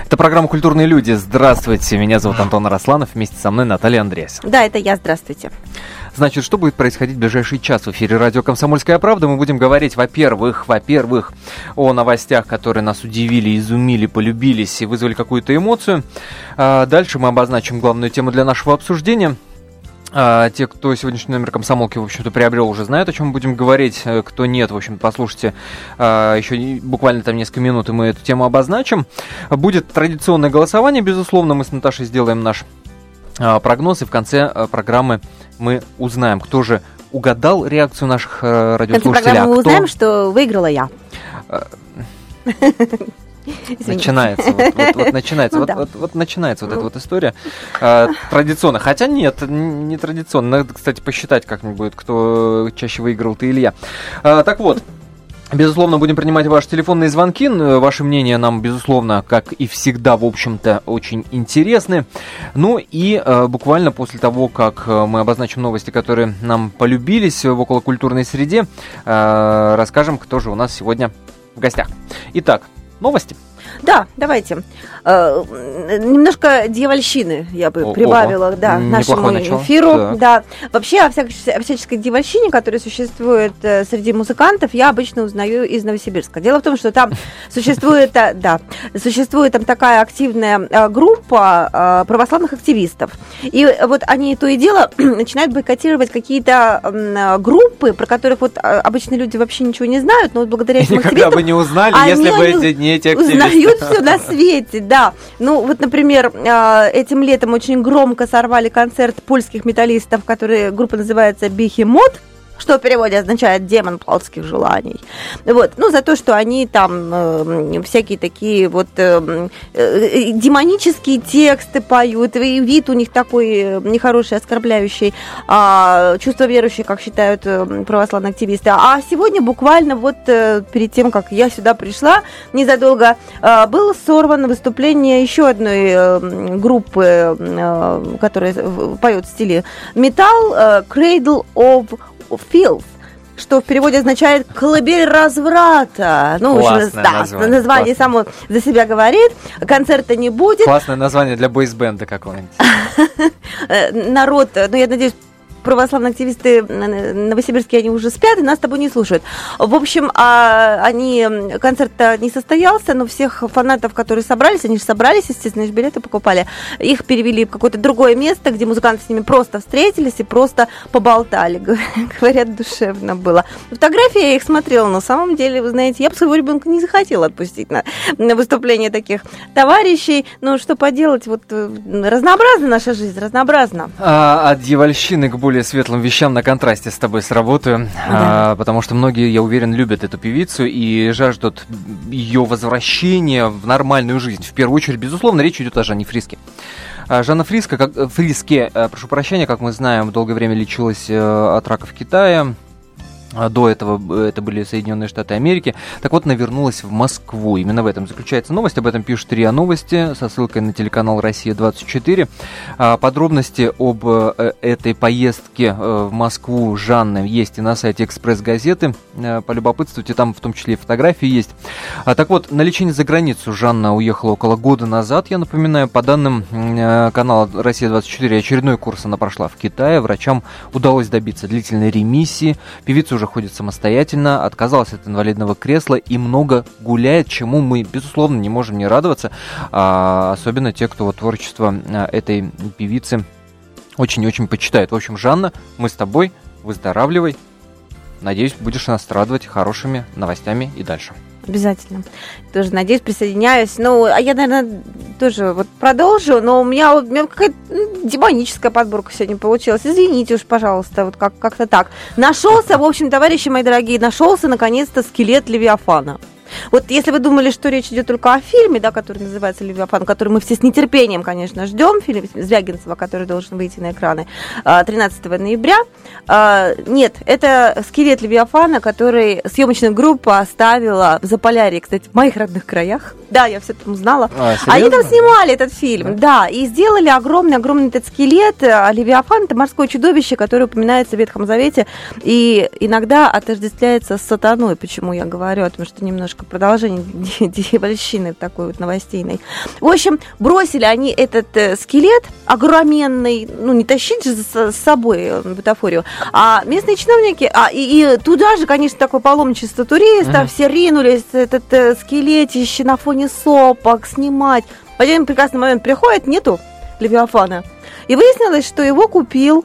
Это программа «Культурные люди». Здравствуйте, меня зовут Антон Арасланов, вместе со мной Наталья Андреасова. Да, это я, здравствуйте. Значит, что будет происходить в ближайший час в эфире радио «Комсомольская правда»? Мы будем говорить, во-первых, о новостях, которые нас удивили, изумили, полюбились и вызвали какую-то эмоцию. Дальше мы обозначим главную тему для нашего обсуждения. Те, кто сегодняшний номер «Комсомолки», в общем-то, приобрел, уже знают, о чем мы будем говорить. Кто нет, в общем, послушайте еще буквально там несколько минут, и мы эту тему обозначим. Будет традиционное голосование, безусловно. Мы с Наташей сделаем наш прогноз, и в конце программы мы узнаем, кто же угадал реакцию наших радиослушателей. В конце программы мы узнаем, что выиграла я. Начинается, начинается вот эта вот история традиционно. Хотя нет, не традиционно. Надо, кстати, посчитать как-нибудь будет, кто чаще выиграл, ты или я. Так вот, безусловно, будем принимать ваши телефонные звонки. Ваше мнение нам, безусловно, как и всегда, в общем-то, очень интересны. Ну и буквально после того, как мы обозначим новости, которые нам полюбились в околокультурной среде, расскажем, кто же у нас сегодня в гостях. Итак, новости. Да, давайте. Немножко дьявольщины я бы прибавила нашему эфиру. Да. Вообще о всяческой дьявольщине, которая существует среди музыкантов, я обычно узнаю из Новосибирска. Дело в том, что там существует там такая активная группа православных активистов. И вот они то и дело начинают бойкотировать какие-то группы, про которых вот обычные люди вообще ничего не знают, но вот благодаря этим активистам... Никогда бы не узнали, если бы не эти активисты. Узнают все на свете, да. Ну, вот, например, этим летом очень громко сорвали концерт польских металлистов, группа называется «Бихемот», что в переводе означает «демон плотских желаний». Вот. Ну, за то, что они там всякие такие вот демонические тексты поют, и вид у них такой нехороший, оскорбляющий чувство верующих, как считают православные активисты. А сегодня буквально вот перед тем, как я сюда пришла, незадолго было сорвано выступление еще одной группы, которая поет в стиле металл, «Cradle of Filth», что в переводе означает «колыбель разврата». Ну, название само за себя говорит. Концерта не будет. Классное название для бойсбенда какого-нибудь. Народ, я надеюсь, православные активисты новосибирские, они уже спят и нас с тобой не слушают. В общем, концерт-то не состоялся, но всех фанатов, которые собрались, они же собрались, естественно, они же билеты покупали, их перевели в какое-то другое место, где музыканты с ними просто встретились и просто поболтали. Говорят, душевно было. Фотографии я их смотрела, но на самом деле, вы знаете, я бы своего ребенка не захотела отпустить на выступление таких товарищей. Но что поделать, вот разнообразна наша жизнь, разнообразна. От дьявольщины к более светлым вещам на контрасте с тобой сработаю, потому что многие, я уверен, любят эту певицу и жаждут ее возвращения в нормальную жизнь. В первую очередь, безусловно, речь идет о Жанне Фриске. Жанна Фриске, прошу прощения, как мы знаем, долгое время лечилась от рака в Китае. До этого это были Соединенные Штаты Америки. Так вот, она вернулась в Москву. Именно в этом заключается новость. Об этом пишут РИА Новости со ссылкой на телеканал «Россия-24». Подробности об этой поездке в Москву Жанны есть и на сайте «Экспресс-газеты». Полюбопытствуйте, там в том числе и фотографии есть. Так вот, на лечение за границу Жанна уехала около года назад. Я напоминаю, по данным канала «Россия-24», очередной курс она прошла в Китае. Врачам удалось добиться длительной ремиссии. Певица уже ходит самостоятельно, отказалась от инвалидного кресла и много гуляет, чему мы, безусловно, не можем не радоваться, особенно те, кто творчество этой певицы очень-очень почитает. В общем, Жанна, мы с тобой, выздоравливай. Надеюсь, будешь нас радовать хорошими новостями и дальше. Обязательно. Тоже, надеюсь, присоединяюсь. Я, наверное, тоже продолжу, но у меня какая-то демоническая подборка сегодня получилась. Извините уж, пожалуйста, вот как-то так. Нашелся, в общем, товарищи мои дорогие, наконец-то скелет Левиафана. Вот если вы думали, что речь идет только о фильме, да, который называется «Левиафан», который мы все с нетерпением, конечно, ждем, фильм Звягинцева, который должен выйти на экраны 13 ноября. Нет, это скелет Левиафана, который съемочная группа оставила в Заполярье, кстати, в моих родных краях. Да, я все там узнала. Они там снимали этот фильм, да, и сделали огромный этот скелет. Левиафан – это морское чудовище, которое упоминается в Ветхом Завете и иногда отождествляется с сатаной. Почему я говорю о том, что немножко немножко продолжение дьявольщины такой вот новостейной. В общем, бросили они этот скелет огроменный, ну, не тащить же с собой, бутафорию, а местные чиновники, и туда же, конечно, такое паломничество туристов, все ринулись этот скелетище на фоне сопок снимать. В один прекрасный момент приходит, нету Левиафана. И выяснилось, что его купил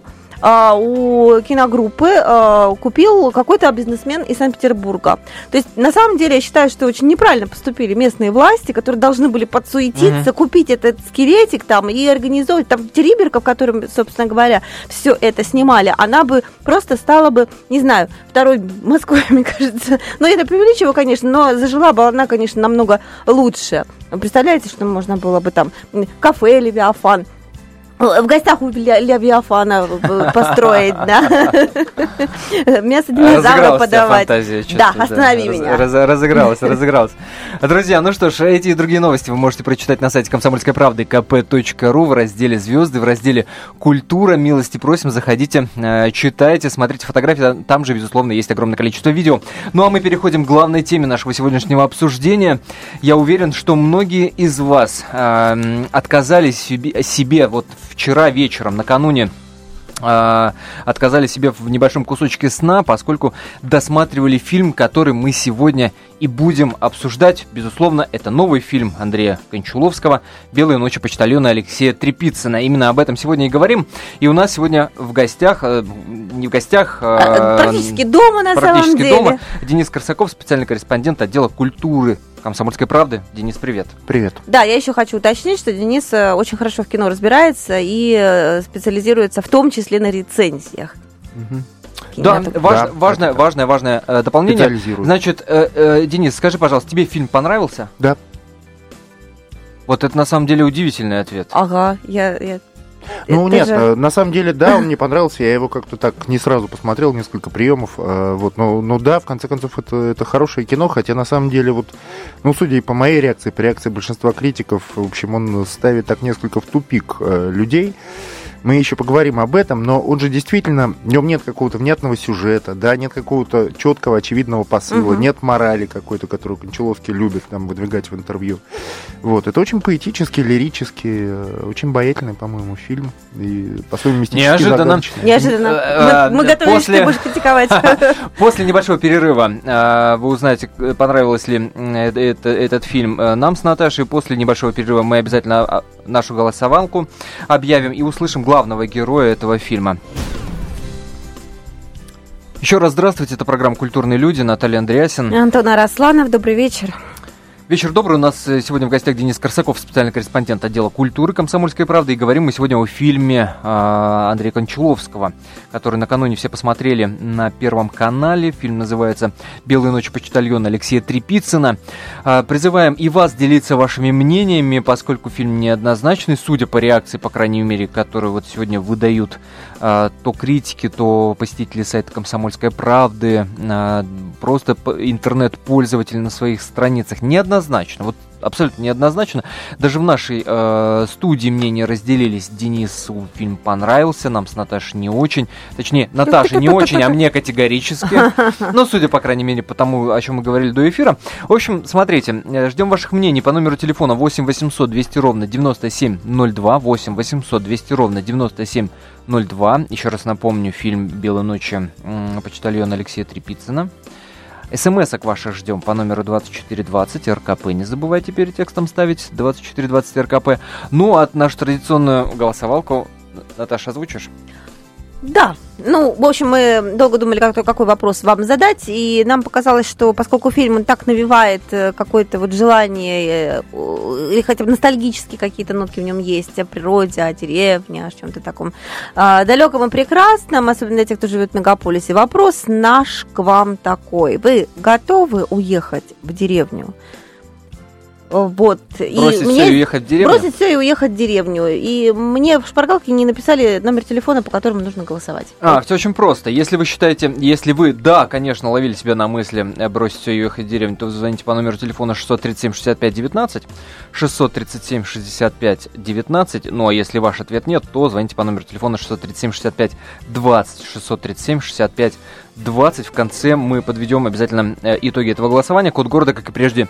у киногруппы купил какой-то бизнесмен из Санкт-Петербурга. То есть, на самом деле, я считаю, что очень неправильно поступили местные власти, которые должны были подсуетиться, купить этот скелетик там и организовать. Там Териберка, в котором, собственно говоря, все это снимали, она бы просто стала бы, не знаю, второй Москвой, мне кажется. Но это преувеличиваю, конечно, но зажила бы она, конечно, намного лучше. Представляете, что можно было бы там кафе «Левиафан», в гостях у Левиафана построить, да? Мясо динозавра подавать. Да, останови меня. Разыгралась. Друзья, ну что ж, эти и другие новости вы можете прочитать на сайте «Комсомольской правды» kp.ru в разделе «Звезды», в разделе «Культура». Милости просим, заходите, читайте, смотрите фотографии. Там же, безусловно, есть огромное количество видео. Ну а мы переходим к главной теме нашего сегодняшнего обсуждения. Я уверен, что многие из вас отказали себе вот вчера вечером, накануне, отказали себе в небольшом кусочке сна, поскольку досматривали фильм, который мы сегодня и будем обсуждать. Безусловно, это новый фильм Андрея Кончаловского «Белые ночи» почтальона Алексея Трепицына. Именно об этом сегодня и говорим. И у нас сегодня в гостях, не в гостях, практически дома, на самом деле. Дома, Денис Корсаков, специальный корреспондент отдела культуры «Комсомольской правды». Денис, привет. Привет. Да, я еще хочу уточнить, что Денис очень хорошо в кино разбирается и специализируется в том числе на рецензиях. Да, важное дополнение. Значит, Денис, скажи, пожалуйста, тебе фильм понравился? Да. Вот это на самом деле удивительный ответ. Ага, Ну нет, на самом деле, да, он мне понравился, я его как-то так не сразу посмотрел, несколько приемов, вот, но да, в конце концов, это хорошее кино, хотя на самом деле, вот, ну, судя и по моей реакции, по реакции большинства критиков, в общем, он ставит так несколько в тупик людей. Мы еще поговорим об этом, но он же действительно, в нем нет какого-то внятного сюжета, да, нет какого-то четкого, очевидного посыла, нет морали какой-то, которую Кончаловский любит там выдвигать в интервью. Вот, это очень поэтический, лирический, очень обаятельный, по-моему, фильм. И по-своему мистически загадочный. Неожиданно. Мы готовились, что ты будешь критиковать. После небольшого перерыва вы узнаете, понравился ли этот фильм нам с Наташей. После небольшого перерыва мы обязательно нашу голосовалку объявим и услышим главного героя этого фильма. Еще раз здравствуйте, это программа «Культурные люди», Наталья Андреасин. Антон Арасланов, добрый вечер. Вечер добрый. У нас сегодня в гостях Денис Корсаков, специальный корреспондент отдела культуры «Комсомольской правды». И говорим мы сегодня о фильме Андрея Кончаловского, который накануне все посмотрели на Первом канале. Фильм называется «Белые ночи почтальона» Алексея Трепицына. Призываем и вас делиться вашими мнениями, поскольку фильм неоднозначный, судя по реакции, по крайней мере, которую вот сегодня выдают то критики, то посетители сайта «Комсомольской правды», просто интернет-пользователи на своих страницах. Неоднозначно, вот абсолютно неоднозначно. Даже в нашей студии мнения разделились. Денису фильм понравился, нам с Наташей не очень. Точнее, Наташе не очень, а мне категорически. Но, судя, по крайней мере, по тому, о чем мы говорили до эфира. В общем, смотрите, ждем ваших мнений по номеру телефона 8 800 200 ровно 9702, 8 800 200 ровно 9702. Еще раз напомню, фильм «Белые ночи» почтальона Алексея Трепицына. СМС-ок ваших ждем по номеру 2420 РКП. Не забывайте перед текстом ставить 2420 РКП. Ну, а нашу традиционную голосовалку, Наташа, озвучишь? Да, ну, в общем, мы долго думали, какой вопрос вам задать, и нам показалось, что поскольку фильм он так навевает какое-то вот желание, или хотя бы ностальгические какие-то нотки в нем есть, о природе, о деревне, о чем-то таком далеком и прекрасном, особенно для тех, кто живет в мегаполисе, вопрос наш к вам такой. Вы готовы уехать в деревню? Вот. Бросить все и уехать в деревню? Бросить все и уехать в деревню. И мне в шпаргалке не написали номер телефона, по которому нужно голосовать. Все очень просто. Если вы считаете, если вы, да, конечно, ловили себя на мысли бросить все и уехать в деревню, то звоните по номеру телефона 637-65-19, 637-65-19. Ну, а если ваш ответ нет, то звоните по номеру телефона 637-65-20, 637-65-20. 20. В конце мы подведем обязательно итоги этого голосования. Код города, как и прежде,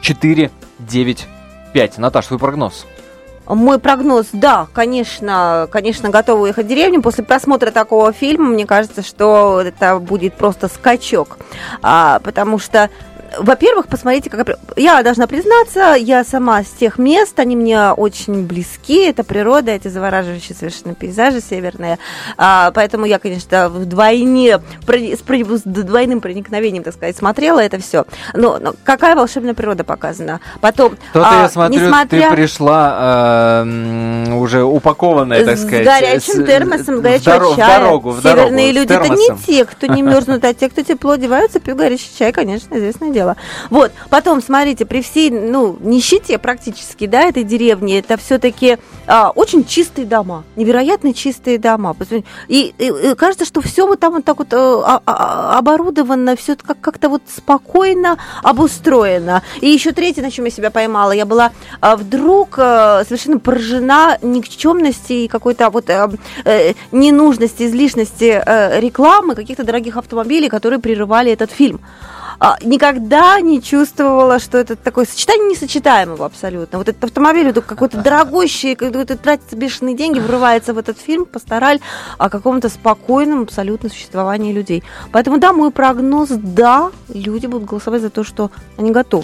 495. Наташ, свой прогноз. Мой прогноз, да, конечно, готова уехать в деревню. После просмотра такого фильма, мне кажется, что это будет просто скачок. Потому что, во-первых, посмотрите, я должна признаться, я сама с тех мест, они мне очень близки, это природа, эти завораживающие совершенно пейзажи северные, поэтому я, конечно, с двойным проникновением, так сказать, смотрела это все. Но какая волшебная природа показана. Потом, я смотрю, ты пришла уже упакованная, так сказать. С горячим термосом, горячего чая. Северные люди это не те, кто не мерзнут, а те, кто тепло одеваются, пьют горячий чай, конечно, известное дело. Вот, потом, смотрите, при всей, нищете практически, да, этой деревни, это все-таки очень чистые дома, невероятно чистые дома. И кажется, что все вот там вот так вот оборудовано, все как-то вот спокойно обустроено. И еще третье, на чем я себя поймала, я была вдруг совершенно поражена никчемности и какой-то вот ненужности, излишности рекламы каких-то дорогих автомобилей, которые прерывали этот фильм. Никогда не чувствовала, что это такое сочетание несочетаемого абсолютно. Вот этот автомобиль вот какой-то дорогущий, когда тратятся бешеные деньги, врывается в этот фильм, постараль о каком-то спокойном абсолютно существовании людей. Поэтому, да, мой прогноз, да, люди будут голосовать за то, что они готовы.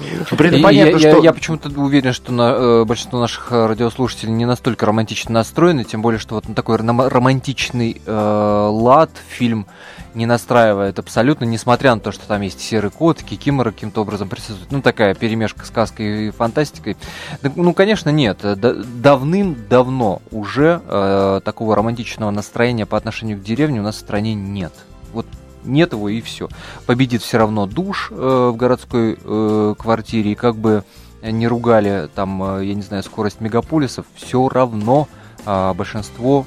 Я почему-то уверен, что большинство наших радиослушателей не настолько романтично настроены, тем более, что вот на такой романтичный лад фильм не настраивает абсолютно, несмотря на то, что там есть серый кот, кикимора каким-то образом присутствует. Такая перемешка сказкой и фантастикой. Конечно, нет. Давным-давно уже такого романтичного настроения по отношению к деревне у нас в стране нет. Вот нет его, и все. Победит все равно душ в городской квартире, и как бы не ругали там, я не знаю, скорость мегаполисов, все равно большинство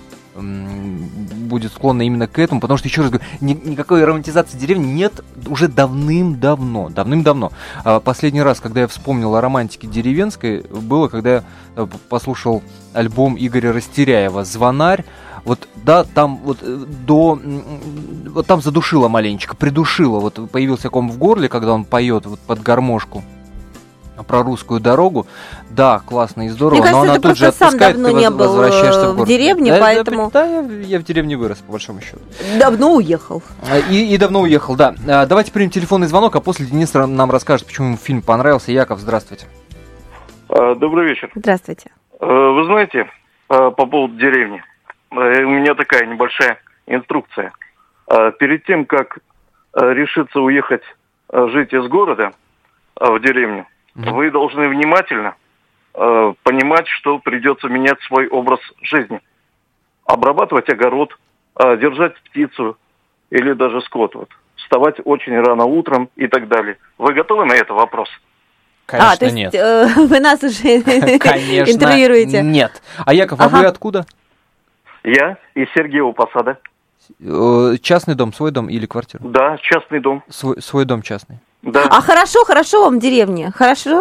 будет склонна именно к этому, потому что, еще раз говорю, никакой романтизации деревни нет уже давным-давно. Последний раз, когда я вспомнил о романтике деревенской, было, когда я послушал альбом Игоря Растеряева «Звонарь». Вот, да, там вот там задушило маленечко, придушило. Вот появился ком в горле, когда он поет вот под гармошку про русскую дорогу. Да, классно и здорово, мне кажется, но она тут же отпускает, давно не был в деревне, поэтому... Да, я в деревне вырос, по большому счету. Давно уехал. И давно уехал, да. Давайте примем телефонный звонок, а после Денис нам расскажет, почему ему фильм понравился. Яков, здравствуйте. Добрый вечер. Здравствуйте. Вы знаете, по поводу деревни, у меня такая небольшая инструкция. Перед тем, как решиться уехать жить из города в деревню, вы должны внимательно понимать, что придется менять свой образ жизни. Обрабатывать огород, держать птицу или даже скот. Вставать очень рано утром и так далее. Вы готовы на этот вопрос? Конечно, то есть, нет. Вы нас уже интервьюируете. Нет. А Яков, а вы откуда? Я из Сергиева Посада. Частный дом, свой дом или квартира? Да, частный дом. Свой дом частный. Да. А хорошо вам в деревне? Хорошо?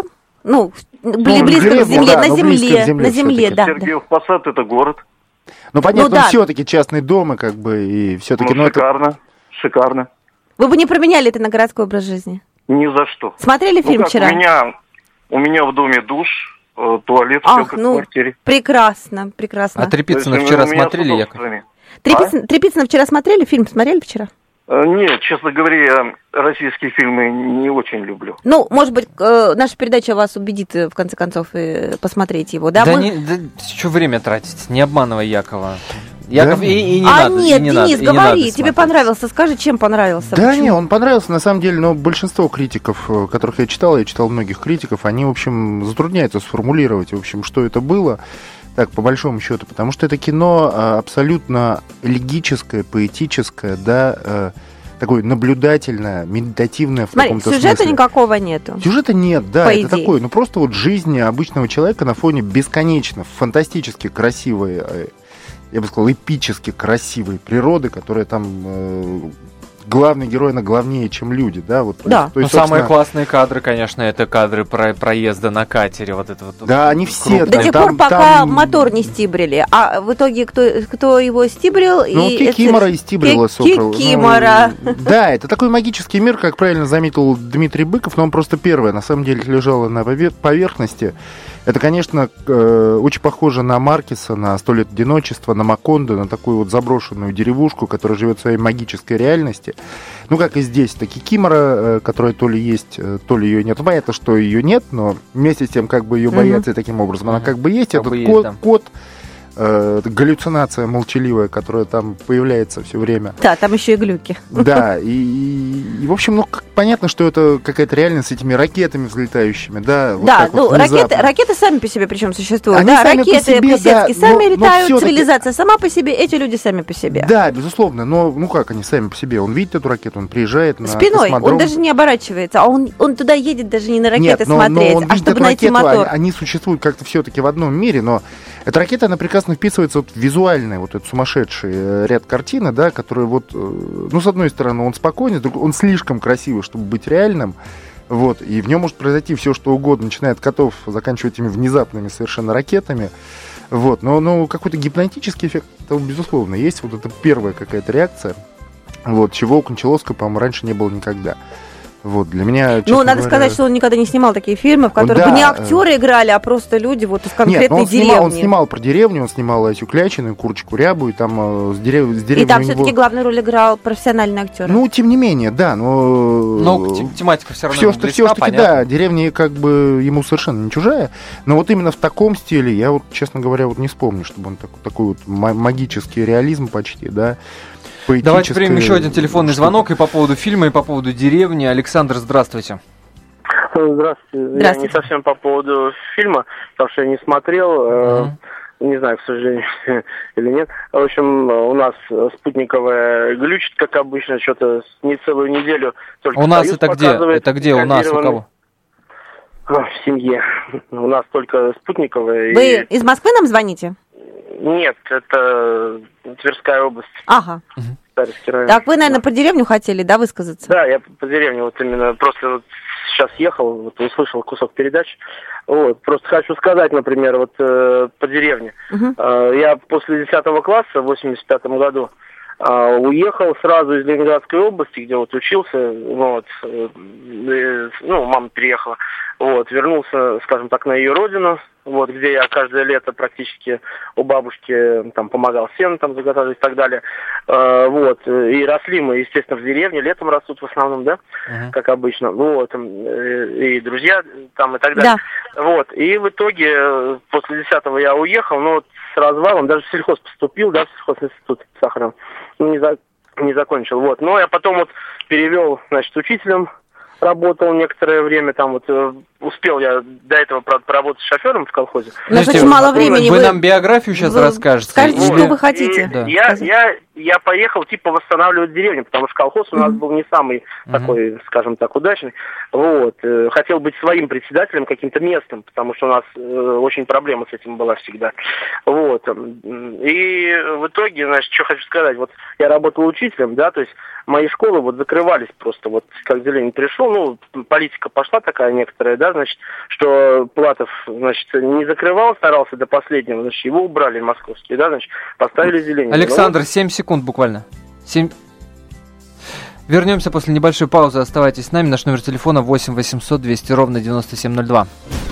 Близко к земле, да, на земле, да. Сергиев Посад — это город. Понятно, да. Все-таки частный дом, и как бы, и все-таки... Шикарно. Вы бы не променяли это на городской образ жизни? Ни за что. Смотрели фильм вчера? У меня в доме душ, туалет, все как в квартире. Прекрасно. А Трепицына вчера смотрели, Яков? Трепицына вчера смотрели? Фильм смотрели вчера? Нет, честно говоря, я российские фильмы не очень люблю. Может быть, наша передача вас убедит, в конце концов, посмотреть его, да? Что время тратить? Не обманывай Якова. Яков, да? и не надо. Нет, Денис, говори, тебе понравился, скажи, чем понравился? Да, почему? Он понравился, на самом деле, но большинство критиков, которых я читал многих критиков, они, в общем, затрудняются сформулировать, в общем, что это было. Так, по большому счету, потому что это кино абсолютно элегическое, поэтическое, да, такое наблюдательное, медитативное в каком-то смысле. Сюжета никакого нету. Сюжета нет, да, это такое, просто жизнь обычного человека на фоне бесконечно, фантастически красивой, я бы сказал, эпически красивой природы, которая там главный герой, она главнее, чем люди, да? Вот, да. То есть, самые классные кадры, конечно, это кадры проезда на катере, вот это вот. Да, они все. До тех пор, пока мотор не стибрили, а в итоге кто его стибрил? Ну, Кикимора и стибрила Сокол. Кикимора. Да, это такой магический мир, как правильно заметил Дмитрий Быков, но он просто первый, на самом деле, лежало на поверхности. Это, конечно, очень похоже на Маркеса, на «100 лет одиночества», на Макондо, на такую вот заброшенную деревушку, которая живет в своей магической реальности. Ну, как и здесь, это Кикимора, которая то ли есть, то ли ее нет. Ну, понятно, что ее нет, но вместе с тем, как бы ее боятся, и таким образом она как бы есть. Этот кот, галлюцинация молчаливая, которая там появляется все время. Да, там еще и глюки. Да, и в общем, ну, понятно, что это какая-то реальность с этими ракетами взлетающими, да. Вот да, ну, вот ракеты сами по себе причем существуют. Они да, сами ракеты плесецкие сами летают, цивилизация таки... сама по себе, эти люди сами по себе. Да, безусловно, но ну как они сами по себе? Он видит эту ракету, он приезжает на спиной, космодром. Он даже не оборачивается, а он туда едет даже не на ракеты смотреть, но а чтобы найти мотор. Они существуют как-то все-таки в одном мире, но эта ракета, она прекрасно вписывается вот в визуальный вот этот сумасшедший ряд картины, да, который вот, ну, с одной стороны, он спокойный, он слишком красивый, чтобы быть реальным, вот, и в нем может произойти все, что угодно, начиная от котов, заканчивая этими внезапными совершенно ракетами, вот, но какой-то гипнотический эффект, это, безусловно, есть, вот это первая какая-то реакция, вот, чего у Кончаловского, по-моему, раньше не было никогда. Вот, для меня, ну, надо сказать, что он никогда не снимал такие фильмы, в которых бы не актеры играли, а просто люди вот из конкретной деревни. Он снимал про деревню, он снимал Асю Клячину и Курочку Рябу, и там с деревни. И там все-таки главную роль играл профессиональный актер. Ну, тем не менее, да, но... Ну, тематика все равно все-таки, да, деревня как бы ему совершенно не чужая, но вот именно в таком стиле я вот, честно говоря, вот не вспомню, чтобы он такой вот магический реализм почти, да. Давайте примем еще один телефонный звонок и по поводу фильма, и по поводу деревни. Александр, здравствуйте. Здравствуйте. Я не совсем по поводу фильма, потому что я не смотрел. Не знаю, к сожалению, или нет. В общем, у нас спутниковая глючит, как обычно, что-то не целую неделю. Только у нас это где? Это где у нас? У кого? В семье. У нас только спутниковая. Вы из Москвы нам звоните? Нет, это Тверская область. Ага. Так вы, наверное, по деревню хотели, да, высказаться? Да, я по деревне вот именно просто вот сейчас ехал, вот услышал кусок передач. Вот, просто хочу сказать, например, вот по деревне. Я после 10 класса в 85-м году уехал сразу из Ленинградской области, где вот учился, вот, ну, мама переехала, вот, вернулся, скажем так, на ее родину, вот, где я каждое лето практически у бабушки там помогал сено там заготавливать и так далее, вот, и росли мы, естественно, в деревне, летом растут в основном, да, как обычно, вот, и друзья там и так далее, вот, и в итоге после 10-го я уехал, ну, вот, с развалом, даже в сельхоз поступил, да, в сельхозинститут Сахаров, не закончил, вот, но я потом вот перевел, значит, учителем, работал некоторое время, там вот успел я до этого, правда, поработать шофером в колхозе. У нас очень мало времени. Вы нам биографию сейчас расскажете? Скажите, что вы хотите. Да. Я поехал, типа, восстанавливать деревню, потому что колхоз у нас был не самый такой, скажем так, удачный. Вот. Хотел быть своим председателем, каким-то местным, потому что у нас очень проблема с этим была всегда. Вот. И в итоге, значит, что хочу сказать, вот я работал учителем, да, то есть мои школы вот закрывались просто, вот как зелень пришел, ну, политика пошла такая некоторая, да, значит, что Платов, значит, не закрывал, старался до последнего, значит, его убрали московские, да, значит, поставили зелень. Александр, 7 секунд буквально. 7... Вернемся после небольшой паузы, оставайтесь с нами, наш номер телефона 8 800 200 ровно 9702.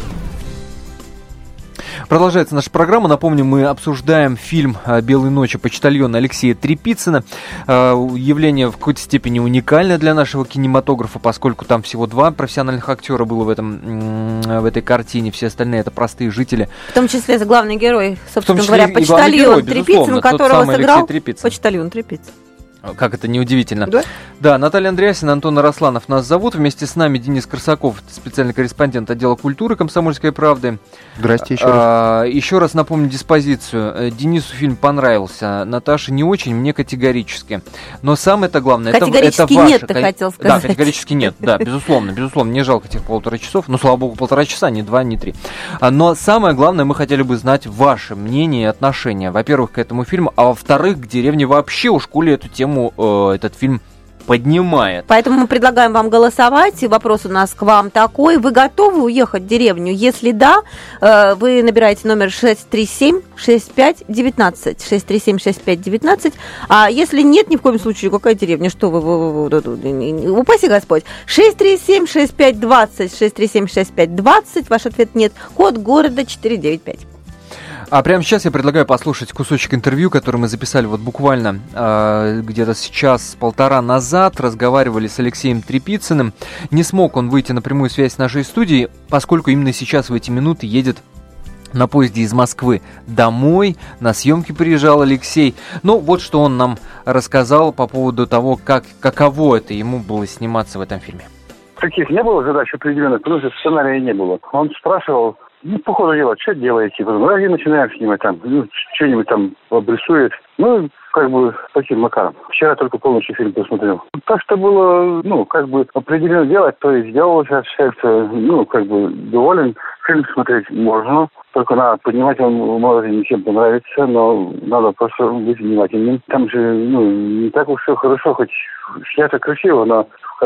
Продолжается наша программа. Напомню, мы обсуждаем фильм «Белые ночи» почтальона Алексея Трепицына. Явление в какой-то степени уникальное для нашего кинематографа, поскольку там всего 2 профессиональных актера было в этой картине. Все остальные — это простые жители. В том числе главный герой, собственно говоря, почтальон Трепицын, которого сыграл почтальон Трепицын. Как это неудивительно. Да? Да, Наталья Андреасина, Антон Арасланов нас зовут. Вместе с нами Денис Корсаков, специальный корреспондент отдела культуры «Комсомольской правды». Здрасте еще раз. Еще раз напомню диспозицию. Денису фильм понравился, Наташе не очень, мне категорически. Но самое-то главное, категорически это ваше. Нет, ты хотел сказать. Да, категорически нет, да, безусловно, не жалко этих 1,5 часов. Ну, слава богу, 1,5 часа, не 2, не 3. Но самое главное, мы хотели бы знать ваше мнение и отношение. Во-первых, к этому фильму, а во-вторых, к деревне вообще. Уж коли эту тему, этот фильм поднимает. Поэтому мы предлагаем вам голосовать. И вопрос у нас к вам такой. Вы готовы уехать в деревню? Если да, вы набираете номер 637-65-19. 637-65-19. А если нет, ни в коем случае, какая деревня? Что вы упаси Господь. 637-65-20. 637-65-20. Ваш ответ нет. Код города 495. А прямо сейчас я предлагаю послушать кусочек интервью, который мы записали вот буквально где-то сейчас полтора назад. Разговаривали с Алексеем Трепицыным. Не смог он выйти на прямую связь с нашей студией, поскольку именно сейчас в эти минуты едет на поезде из Москвы домой. На съемки приезжал Алексей. Ну, вот что он нам рассказал по поводу того, каково это ему было сниматься в этом фильме. Таких не было задач определенных, потому что сценария не было. Он спрашивал, по ходу дела, что делаете? И начинаем снимать там, что-нибудь там обрисует. Таким макаром. Вчера только полностью фильм посмотрел. Так что было, определенно делать, то есть сделал сейчас, доволен. Фильм смотреть можно, только надо понимать, он может не всем понравится, но надо просто быть внимательным. Там же, не так уж все хорошо, хоть снято красиво, но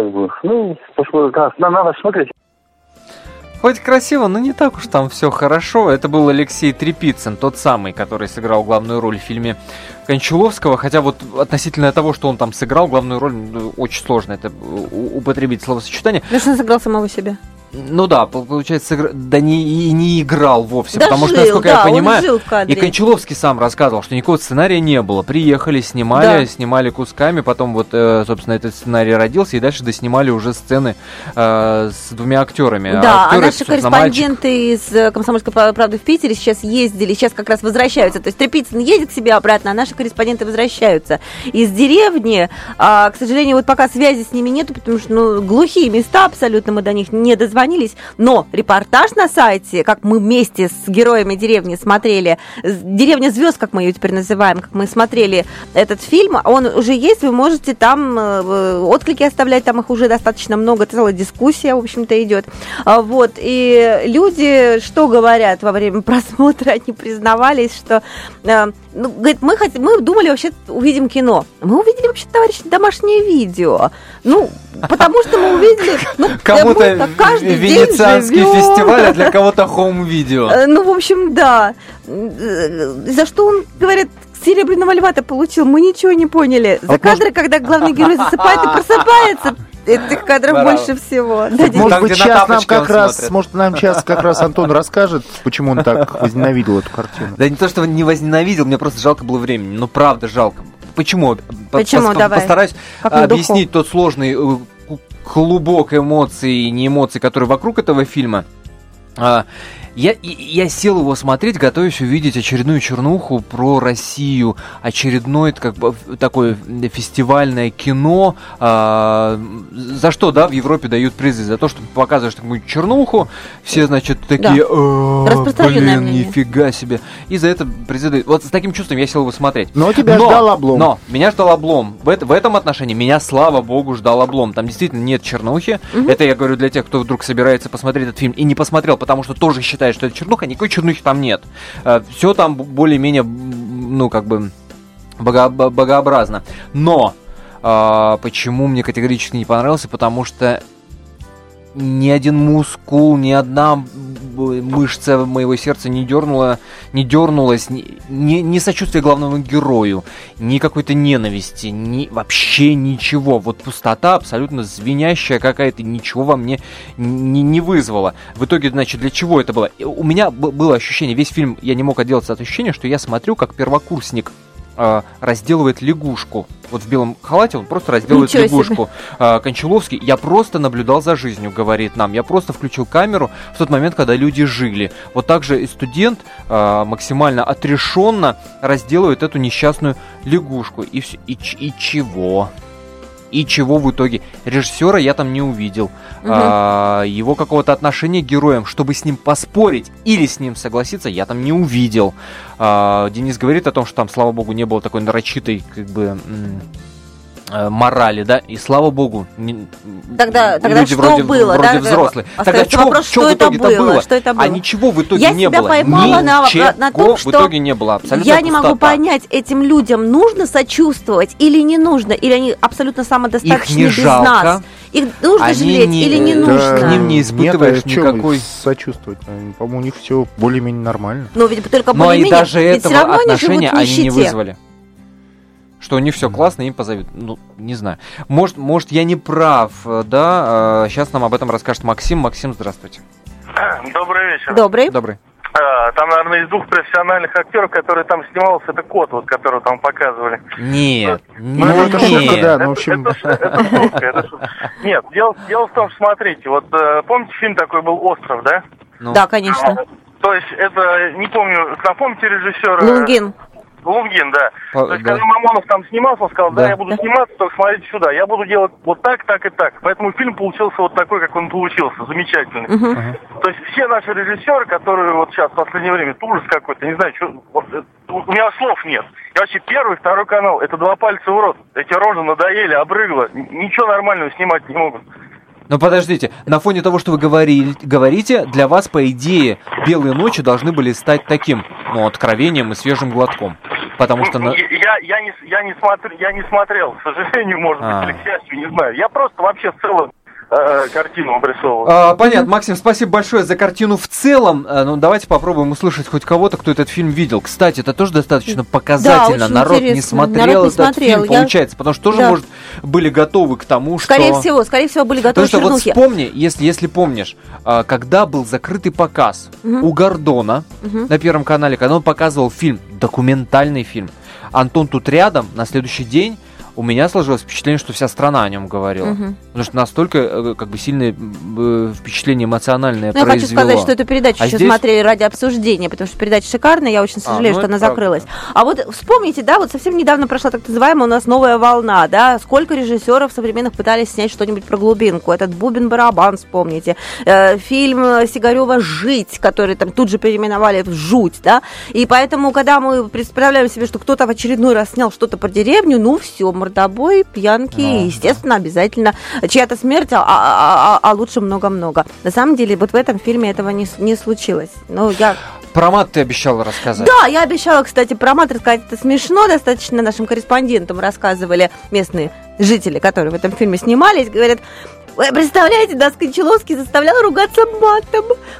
надо смотреть. Хоть красиво, но не так уж там все хорошо. Это был Алексей Трепицын, тот самый, который сыграл главную роль в фильме Кончаловского. Хотя вот относительно того, что он там сыграл главную роль, очень сложно это употребить словосочетание. Потому что он сыграл самого себя. Ну да, получается, не играл вовсе, да потому жил, что, насколько я понимаю, он жил в кадре. И Кончаловский сам рассказывал, что никакого сценария не было. Приехали, снимали кусками, потом вот, собственно, этот сценарий родился, и дальше доснимали уже сцены с двумя актерами. Да, актеры, наши корреспонденты из «Комсомольской правды» в Питере сейчас ездили, сейчас как раз возвращаются. То есть Трепицын едет к себе обратно, а наши корреспонденты возвращаются из деревни. К сожалению, вот пока связи с ними нету, потому что глухие места абсолютно, мы до них не дозвонились. Но репортаж на сайте, как мы вместе с героями деревни смотрели, «Деревня звезд», как мы ее теперь называем, как мы смотрели этот фильм, он уже есть, вы можете там отклики оставлять, там их уже достаточно много, целая дискуссия, в общем-то, идет. Вот, и люди что говорят во время просмотра, они признавались, что, говорит, мы думали, вообще увидим кино. Мы увидели, вообще, товарищи, домашнее видео. Потому что мы увидели... Кому-то Венецианский фестиваль, а для кого-то хоум-видео. В общем, да. За что он, говорит, «Серебряного льва»-то получил, мы ничего не поняли. За кадры, когда главный герой засыпает и просыпается, этих кадров больше всего. Может, нам сейчас как раз Антон расскажет, почему он так возненавидел эту картину. Да не то, что не возненавидел, мне просто жалко было времени. Ну, правда, жалко. Почему? Давай. Постараюсь объяснить тот сложный клубок эмоций и не эмоций, которые вокруг этого фильма. Я сел его смотреть, готовясь увидеть очередную чернуху про Россию, очередное такое фестивальное кино, за что, да, в Европе дают призы, за то, что показываешь такую чернуху, все, значит, такие, блин, нифига себе, и за это призы дают. Вот с таким чувством я сел его смотреть. Но тебя ждал облом. Но меня ждал облом. В этом отношении меня, слава богу, ждал облом. Там действительно нет чернухи. Это я говорю для тех, кто вдруг собирается посмотреть этот фильм и не посмотрел, потому что тоже считает, что это чернуха, никакой чернухи там нет. Все там более-менее, богообразно. Но почему мне категорически не понравился? Потому что ни один мускул, ни одна мышца моего сердца не дернулась, ни сочувствия главному герою, ни какой-то ненависти, вообще ничего. Вот пустота абсолютно звенящая какая-то, ничего во мне не вызвало. В итоге, значит, для чего это было? У меня было ощущение, весь фильм я не мог отделаться от ощущения, что я смотрю, как первокурсник разделывает лягушку. Вот в белом халате он просто разделывает лягушку. Кончаловский, я просто наблюдал за жизнью, говорит нам. Я просто включил камеру в тот момент, когда люди жили. Вот так же и студент максимально отрешенно разделывает эту несчастную лягушку. И чего? И чего в итоге? Режиссера я там не увидел. Его какого-то отношения к героям, чтобы с ним поспорить или с ним согласиться, я там не увидел. Денис говорит о том, что там, слава богу, не было такой нарочитой, морали, да, и слава богу, тогда люди что вроде, было, вроде да? взрослые. Тогда что это было? Что это было? А ничего в итоге я не было. Я себя поймала на том, что в итоге не было. Абсолютно я не могу понять, этим людям нужно сочувствовать или не нужно, или они абсолютно самодостаточны без нас. Их нужно жалеть или не нужно? К ним не испытываешь никакой... сочувствовать. По-моему, у них все более-менее нормально. Но ведь только более-менее. И даже этого отношения они не вызвали. Что у них все классно, им позовут. Ну, не знаю. Может, я не прав, да? Сейчас нам об этом расскажет Максим. Максим, здравствуйте. Добрый вечер. Добрый. Там, наверное, из 2 профессиональных актеров, который там снимался, это кот, вот, которого там показывали. Нет. Это шутка, да, ну, в общем... Это шутка. Нет, дело в том, что, смотрите, вот помните, фильм такой был «Остров», да? Да, конечно. То есть, это, не помню, напомните режиссера... Лунгин, да. То есть, когда Мамонов там снимался, он сказал, я буду сниматься, только смотрите сюда, я буду делать вот так, так и так. Поэтому фильм получился вот такой, как он получился, замечательный. То есть, все наши режиссеры, которые вот сейчас в последнее время, ужас какой-то, не знаю, что, у меня слов нет. И вообще, 1, 2 канал, это 2 пальца в рот. Эти рожи надоели, обрыгло, ничего нормального снимать не могут. Но подождите, на фоне того, что вы говорите, для вас, по идее, «Белые ночи» должны были стать таким, откровением и свежим глотком. Потому что... Я не смотрел, к сожалению, может быть, или к счастью, не знаю. Я просто вообще в целом картину обрисовывал. Понятно, Максим, спасибо большое за картину в целом. Давайте попробуем услышать хоть кого-то, кто этот фильм видел. Кстати, это тоже достаточно показательно. Да, народ не смотрел этот фильм, получается, потому что тоже, может, были готовы к тому, что... Скорее всего, были готовы к чернухе. Потому что вот вспомни, если помнишь, когда был закрытый показ у Гордона на Первом канале, когда он показывал фильм, документальный фильм, «Антон тут рядом», на следующий день у меня сложилось впечатление, что вся страна о нем говорила. Потому что настолько сильное впечатление эмоциональное произвело. Я хочу сказать, что эту передачу еще смотрели ради обсуждения, потому что передача шикарная, я очень сожалею, что она закрылась. А вот вспомните, да, вот совсем недавно прошла так называемая у нас новая волна, да, сколько режиссеров современных пытались снять что-нибудь про глубинку. Этот «Бубен-барабан», вспомните. Фильм Сигарева «Жить», который там тут же переименовали в «Жуть», да. И поэтому, когда мы представляем себе, что кто-то в очередной раз снял что-то про деревню, все, мордобой, пьянки, естественно, обязательно чья-то смерть, а лучше много-много. На самом деле, вот в этом фильме этого не случилось. Про мат ты обещала рассказать. Да, я обещала, кстати, про мат рассказать. Это смешно достаточно. Нашим корреспондентам рассказывали местные жители, которые в этом фильме снимались. Говорят, вы представляете, нас Кончаловский заставлял ругаться матом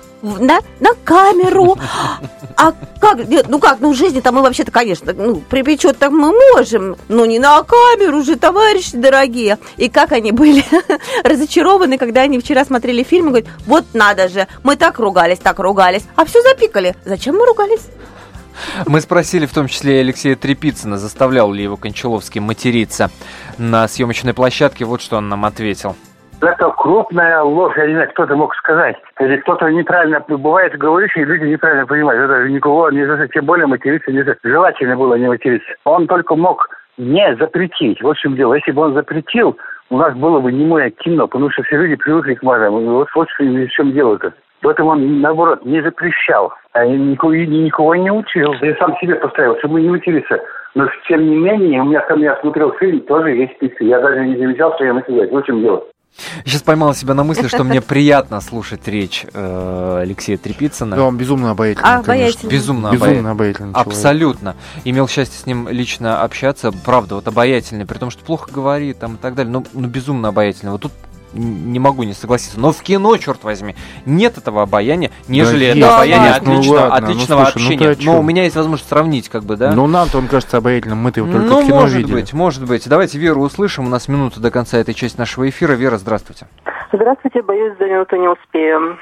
на камеру. А как? В жизни-то мы вообще-то, конечно, припечет так мы можем, но не на камеру же, товарищи дорогие. И как они были разочарованы, когда они вчера смотрели фильм и говорят, вот надо же, мы так ругались, а все запикали. Зачем мы ругались? Мы спросили в том числе и Алексея Трепицына, заставлял ли его Кончаловский материться на съемочной площадке. Вот что он нам ответил. Это крупная ложь, я не знаю, кто-то мог сказать. Или кто-то неправильно бывает говорящий, и люди неправильно понимают. Это никого не за тем более материться не за. Желательно было не материться. Он только мог не запретить. Вот в чем дело. Если бы он запретил, у нас было бы немое кино, потому что все люди привыкли к матам. Вот в чем дело-то. Поэтому он, наоборот, не запрещал. А никого не учил. Я сам себе поставил, чтобы не материться. Но, тем не менее, я смотрел фильм, тоже есть списки. Я даже не замечал, что я матерюсь. Вот в чем дело. Сейчас поймал себя на мысли, что мне приятно слушать речь Алексея Трепицына. Да, он безумно обаятельный, конечно. Безумно обаятельный человек. Абсолютно. Имел счастье с ним лично общаться. Правда, вот обаятельный, при том, что плохо говорит там, и так далее. Но безумно обаятельный. Вот тут не могу не согласиться. Но в кино, черт возьми, нет этого обаяния, нежели это обаяние отличного общения. Но у меня есть возможность сравнить, да? Нам-то он кажется обаятельным, мы-то его только в кино видели. Может быть. Давайте Веру услышим. У нас минута до конца этой части нашего эфира. Вера, здравствуйте. Здравствуйте, боюсь, за минуту не успею.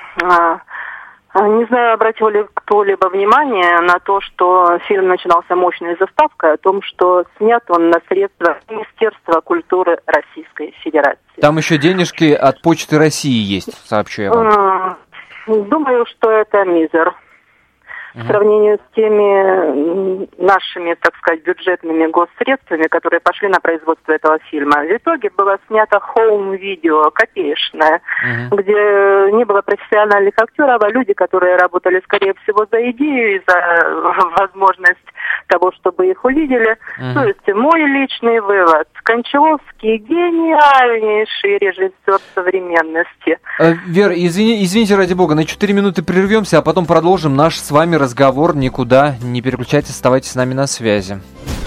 Не знаю, обратил ли кто-либо внимание на то, что фильм начинался мощной заставкой о том, что снят он на средства Министерства культуры Российской Федерации. Там еще денежки от Почты России есть, сообщу я вам. Думаю, что это мизер. В сравнении с теми нашими, так сказать, бюджетными госсредствами, которые пошли на производство этого фильма. В итоге было снято хоум-видео, копеечное, где не было профессиональных актеров, а люди, которые работали, скорее всего, за идею и за возможность, того, чтобы их увидели. То есть мой личный вывод. Кончаловский гениальнейший режиссер современности. Вера, извините, ради бога, на 4 минуты прервемся, а потом продолжим наш с вами разговор. Никуда не переключайтесь, оставайтесь с нами на связи.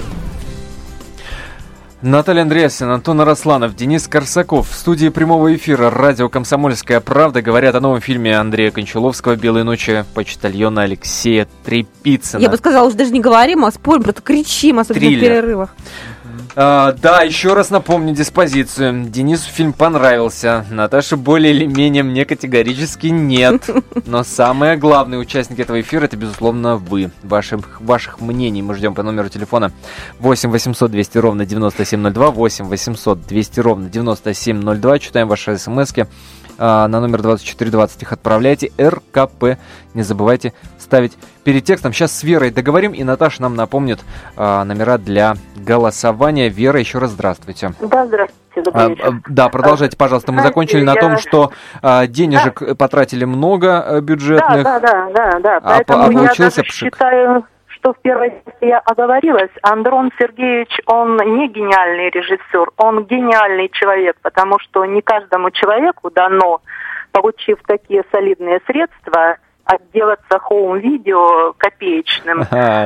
Наталья Андреасин, Антон Арасланов, Денис Корсаков. В студии прямого эфира радио «Комсомольская правда» говорят о новом фильме Андрея Кончаловского «Белые ночи» почтальона Алексея Трепицына. Я бы сказала, уже даже не говорим, а спорим, просто кричим, особенно в перерывах. Да, еще раз напомню диспозицию. Денису фильм понравился. Наташе более или менее мне категорически нет. Но самые главные участники этого эфира — это, безусловно, вы. Ваших мнений мы ждем по номеру телефона 8 800 200 ровно 9702, 8 800 200 ровно 9702. Читаем ваши смски. На номер 2420 их отправляйте. РКП. Не забывайте ставить перед текстом. Сейчас с Верой договорим, и Наташа нам напомнит номера для голосования. Вера, еще раз здравствуйте. Да, здравствуйте. Добрый вечер. Да, продолжайте, пожалуйста. Мы закончили на том, что денежек потратили много бюджетных. Да. Поэтому я даже считаю, что в первой части я оговорилась. Андрон Сергеевич, он не гениальный режиссер, он гениальный человек, потому что не каждому человеку дано, получив такие солидные средства, отделаться хоум-видео копеечным,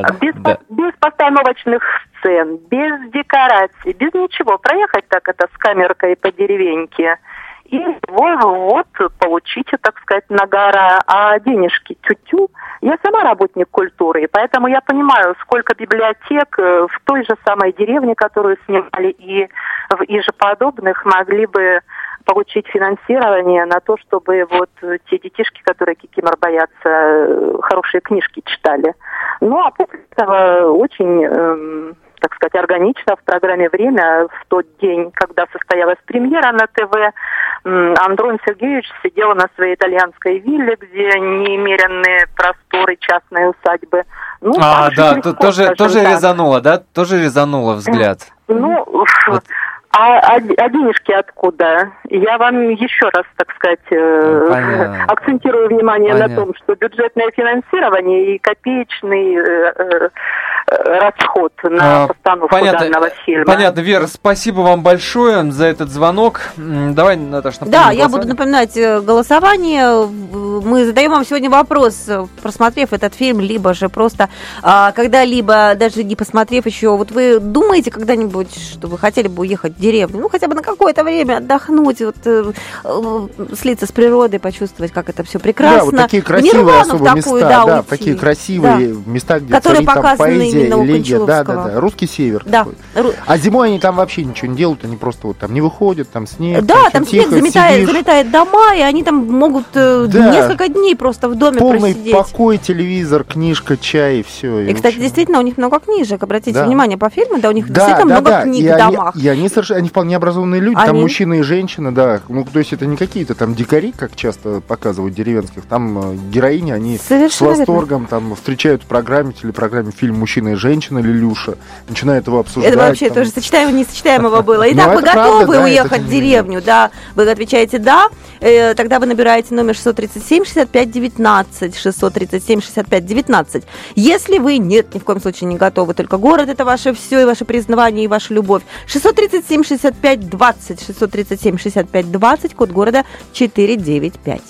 без постановочных сцен, без декораций, без ничего. Проехать так это с камеркой по деревеньке. И вот получите, так сказать, нагара, а денежки тю-тю. Я сама работник культуры, и поэтому я понимаю, сколько библиотек в той же самой деревне, которую снимали, и в ижеподобных могли бы получить финансирование на то, чтобы вот те детишки, которые кикимор боятся, хорошие книжки читали. Ну, а после этого очень... так сказать, органично в программе «Время» в тот день, когда состоялась премьера на ТВ, Андрон Сергеевич сидел на своей итальянской вилле, где немеренные просторы частной усадьбы. Ну, да, тут тоже резануло, да? Тоже резануло взгляд. Ну, вот. А денежки откуда? Я вам еще раз, так сказать, акцентирую внимание на том, что бюджетное финансирование и копеечный расход на постановку данного фильма. Понятно, Вера, спасибо вам большое за этот звонок. Давай, Наташа, напомним. Да, я буду напоминать голосование. Мы задаем вам сегодня вопрос, просмотрев этот фильм, либо же просто когда-либо, даже не посмотрев еще, вот вы думаете когда-нибудь, что вы хотели бы уехать в деревню, ну, хотя бы на какое-то время отдохнуть, вот, слиться с природой, почувствовать, как это все прекрасно. Да, вот такие красивые особо места, да, такие красивые места, где которые царит там поэзия, именно у элегия, Кончаловского. да, русский север. Да. А зимой они там вообще ничего не делают, они просто вот там не выходят, там снег. Да, там снег заметает дома, и они там могут несколько дней просто в доме просидеть. Полный покой, телевизор, книжка, чай, и все. И, кстати, действительно, у них много книжек, обратите внимание по фильму, да, у них действительно много книг в домах. И они вполне образованные люди, там мужчины и женщины, да, ну, то есть это не какие-то там дикари, как часто показывают деревенских, там героини, они совершенно с восторгом там встречают в программе, телепрограмме фильм «Мужчина и женщина» или «Люша», начинают его обсуждать. Это вообще тоже сочетаемо несочетаемого было. Итак, вы готовы уехать в деревню? Да, вы отвечаете «да», тогда вы набираете номер 637-65-19, 637-65-19. Если вы нет, ни в коем случае не готовы, только город — это ваше все, и ваше признание, и ваша любовь. 637-65-20, 637-65-20, код города 495.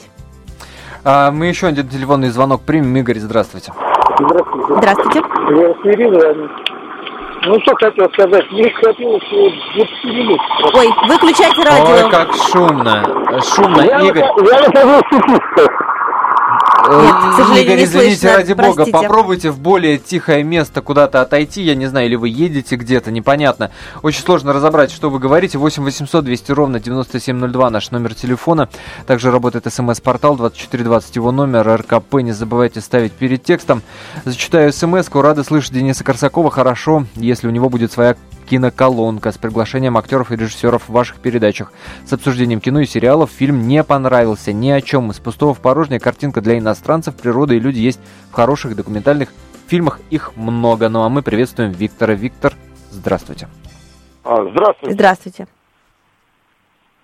Мы еще один телефонный звонок примем. Игорь, здравствуйте. Здравствуйте. Я Свиридов. Ну, что хотел сказать, мне хотелось 20 минут. Ой, выключайте радио. Ой, как шумно. Шумно, Игорь. Я нахожусь в Сухушках. Нет, к сожалению, Игорь, не извините, слышно, ради бога, простите. попробуйте в более тихое место куда-то отойти, я не знаю, или вы едете где-то, непонятно. Очень сложно разобрать, что вы говорите. 8 800 200 ровно 9702 наш номер телефона. Также работает смс-портал 2420, его номер, РКП, не забывайте ставить перед текстом. Зачитаю смс-ку, рада слышать Дениса Корсакова, хорошо, если у него будет своя киноколонка с приглашением актеров и режиссеров в ваших передачах. С обсуждением кино и сериалов. Фильм не понравился ни о чем. Из пустого в порожнее, картинка для иностранцев, природа и люди есть в хороших документальных фильмах. Их много. Ну а мы приветствуем Виктора. Виктор, здравствуйте. Здравствуйте. Здравствуйте.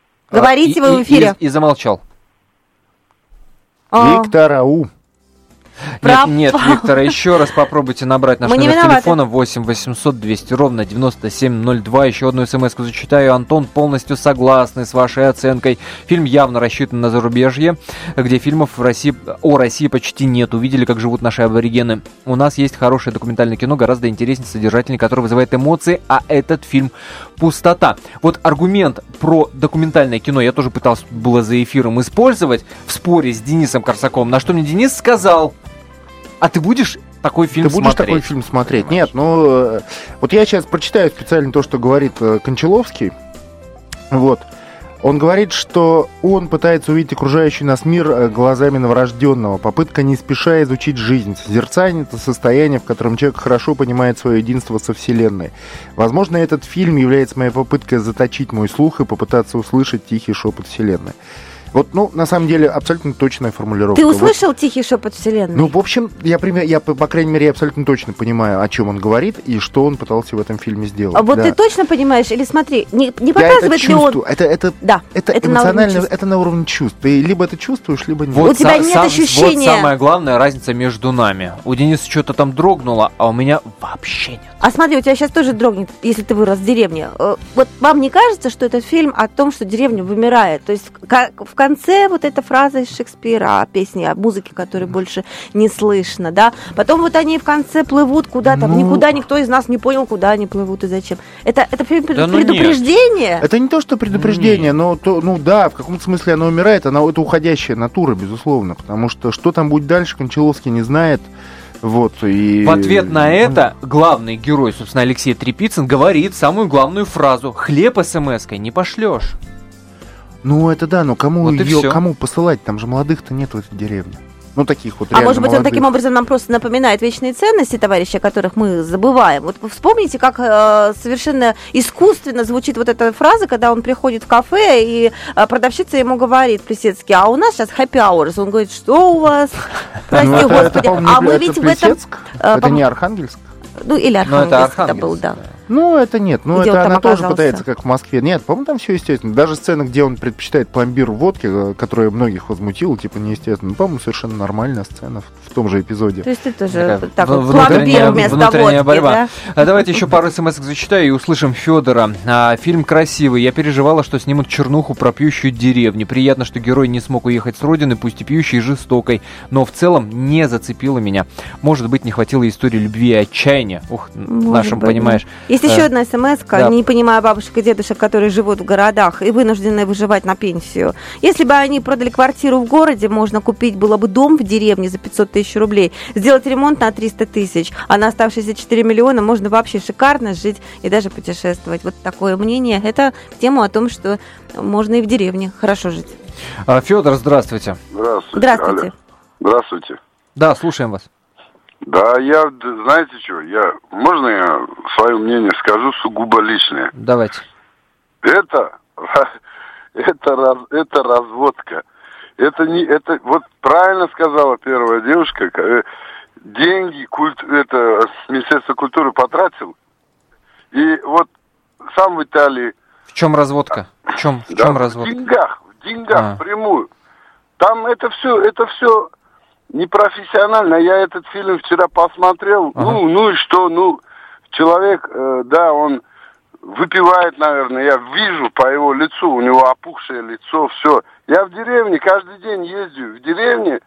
Говорите вы в эфире. И замолчал. Виктор, ау. Нет, Виктор, еще раз попробуйте набрать наш номер телефона 8 800 200 ровно 9702. Еще одну смс-ку зачитаю. Антон, полностью согласный с вашей оценкой. Фильм явно рассчитан на зарубежье, где фильмов о России почти нет. Увидели, как живут наши аборигены. У нас есть хорошее документальное кино, гораздо интереснее, содержательнее, которое вызывает эмоции, а этот фильм пустота. Вот аргумент про документальное кино я тоже пытался было за эфиром использовать в споре с Денисом Корсаковым, на что мне Денис сказал: а ты будешь такой фильм смотреть? Ты будешь такой фильм смотреть? Нет, ну, вот я сейчас прочитаю специально то, что говорит Кончаловский. Вот. Он говорит, что он пытается увидеть окружающий нас мир глазами новорожденного. Попытка не спеша изучить жизнь. Созерцание — это состояние, в котором человек хорошо понимает свое единство со Вселенной. Возможно, этот фильм является моей попыткой заточить мой слух и попытаться услышать тихий шепот Вселенной. Вот, ну, на самом деле, абсолютно точная формулировка. Ты услышал тихий шепот Вселенной? Ну, в общем, я, по крайней мере, абсолютно точно понимаю, о чем он говорит и что он пытался в этом фильме сделать. А вот ты точно понимаешь? Или смотри, не показывает ли он... Это эмоционально, это на уровне чувств. Ты либо это чувствуешь, либо нет. Вот у тебя нет ощущения... Вот самая главная разница между нами. У Дениса что-то там дрогнуло, а у меня вообще нет. А смотри, у тебя сейчас тоже дрогнет, если ты вырос в деревне. Вот вам не кажется, что этот фильм о том, что деревня вымирает? То есть в конце вот эта фраза из Шекспира, о песне, о музыке, которой больше не слышно, да? Потом вот они в конце плывут куда-то, никуда никто из нас не понял, куда они плывут и зачем. Это предупреждение? Нет. Это не то, что предупреждение, но да, в каком-то смысле она умирает, это уходящая натура, безусловно, потому что там будет дальше, Кончаловский не знает. Вот, и... В ответ на это главный герой, собственно, Алексей Трепицын, говорит самую главную фразу: хлеб смс-кой не пошлешь. Ну, это да, но кому посылать? Там же молодых-то нет в этой деревне. Ну, таких вот реально может быть, молодых. он таким образом нам просто напоминает вечные ценности, товарищи, о которых мы забываем. Вот вы вспомните, как совершенно искусственно звучит вот эта фраза, когда он приходит в кафе, и продавщица ему говорит Плесецкий: а у нас сейчас happy hours. Он говорит: что у вас? Прости, Господи. А мы ведь в этом... Это не Архангельск? Ну, или Архангельск это был, да. Ну, это нет. Ну, где это она оказался? тоже пытается, как в Москве. Нет, по-моему, там все естественно. Даже сцена, где он предпочитает пломбир в водке, которая многих возмутила, типа, неестественно. По-моему, совершенно нормальная сцена в том же эпизоде. То есть ты тоже так вот пломбир вместо водки, борьба. Да? А давайте еще пару смс-ок зачитаю и услышим Федора. Фильм красивый. Я переживала, что снимут чернуху про пьющую деревню. Приятно, что герой не смог уехать с родины, пусть и пьющей, и жестокой. Но в целом не зацепило меня. Может быть, не хватило истории любви и отчаяния. Нашим, понимаешь. Есть еще одна смс. Да. Не понимая бабушек и дедушек, которые живут в городах и вынуждены выживать на пенсию. Если бы они продали квартиру в городе, можно купить было бы дом в деревне за 500 тысяч рублей, сделать ремонт на 300 тысяч, а на оставшиеся 4 миллиона можно вообще шикарно жить и даже путешествовать. Вот такое мнение. Это тема о том, что можно и в деревне хорошо жить. Федор, здравствуйте. Здравствуйте. Здравствуйте. Да, слушаем вас. Да, знаете что, можно я свое мнение скажу сугубо личное? Давайте. Это разводка. Это вот правильно сказала первая девушка, деньги Министерство культуры потратил, и вот сам в Италии. В чем разводка? В чем разводка? В деньгах прямую. Там это все непрофессионально. Я этот фильм вчера посмотрел. Ну и что? Человек, он выпивает, наверное. Я вижу по его лицу, у него опухшее лицо, все. Я в деревне каждый день езжу. В деревне,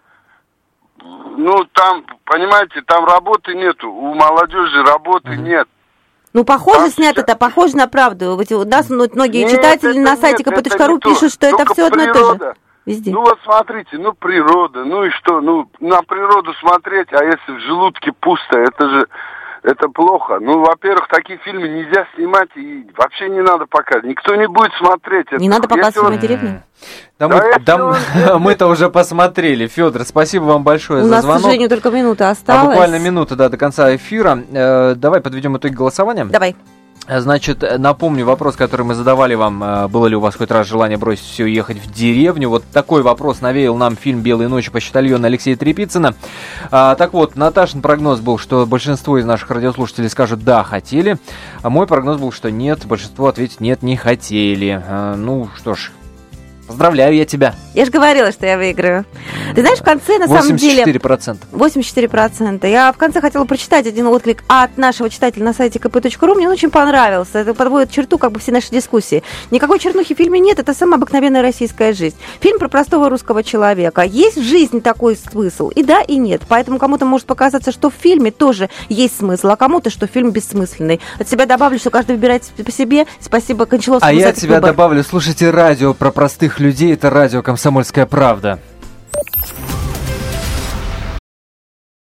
там, понимаете, там работы нету. У молодежи работы нет. Похоже снято-то, похоже на правду. У нас многие читатели на сайте kp.ru пишут, что это все одно и то же. Везде. Вот смотрите, природа, и что, на природу смотреть, а если в желудке пусто, это плохо. Во-первых, такие фильмы нельзя снимать и вообще не надо показывать. Никто не будет смотреть. Не надо показывать на деревне? Мы-то уже посмотрели. Федор, спасибо вам большое за звонок. У нас, к сожалению, только минута осталась. Буквально минута, до конца эфира. Давай подведем итоги голосования. Давай. Значит, напомню вопрос, который мы задавали вам. Было ли у вас хоть раз желание бросить все и ехать в деревню? Вот такой вопрос навеял нам фильм «Белые ночи» почтальона Алексея Трепицына. Так вот, Наташин прогноз был, что большинство из наших радиослушателей скажут «да, хотели». А мой прогноз был, что нет, большинство ответит «нет, не хотели». Что ж, Поздравляю я тебя. Я же говорила, что я выиграю. Ты знаешь, в конце, на самом деле... 84%. 84%. Я в конце хотела прочитать один отклик от нашего читателя на сайте kp.ru. Мне он очень понравился. Это подводит черту как бы все наши дискуссии. Никакой чернухи в фильме нет. Это самая обыкновенная российская жизнь. Фильм про простого русского человека. Есть в жизни такой смысл? И да, и нет. Поэтому кому-то может показаться, что в фильме тоже есть смысл, а кому-то, что фильм бессмысленный. От себя добавлю, что каждый выбирает по себе. Спасибо Кончаловскому за этот выбор. А я от тебя добавлю. Слушайте радио про простых людей. Это радио «Комсомольская правда».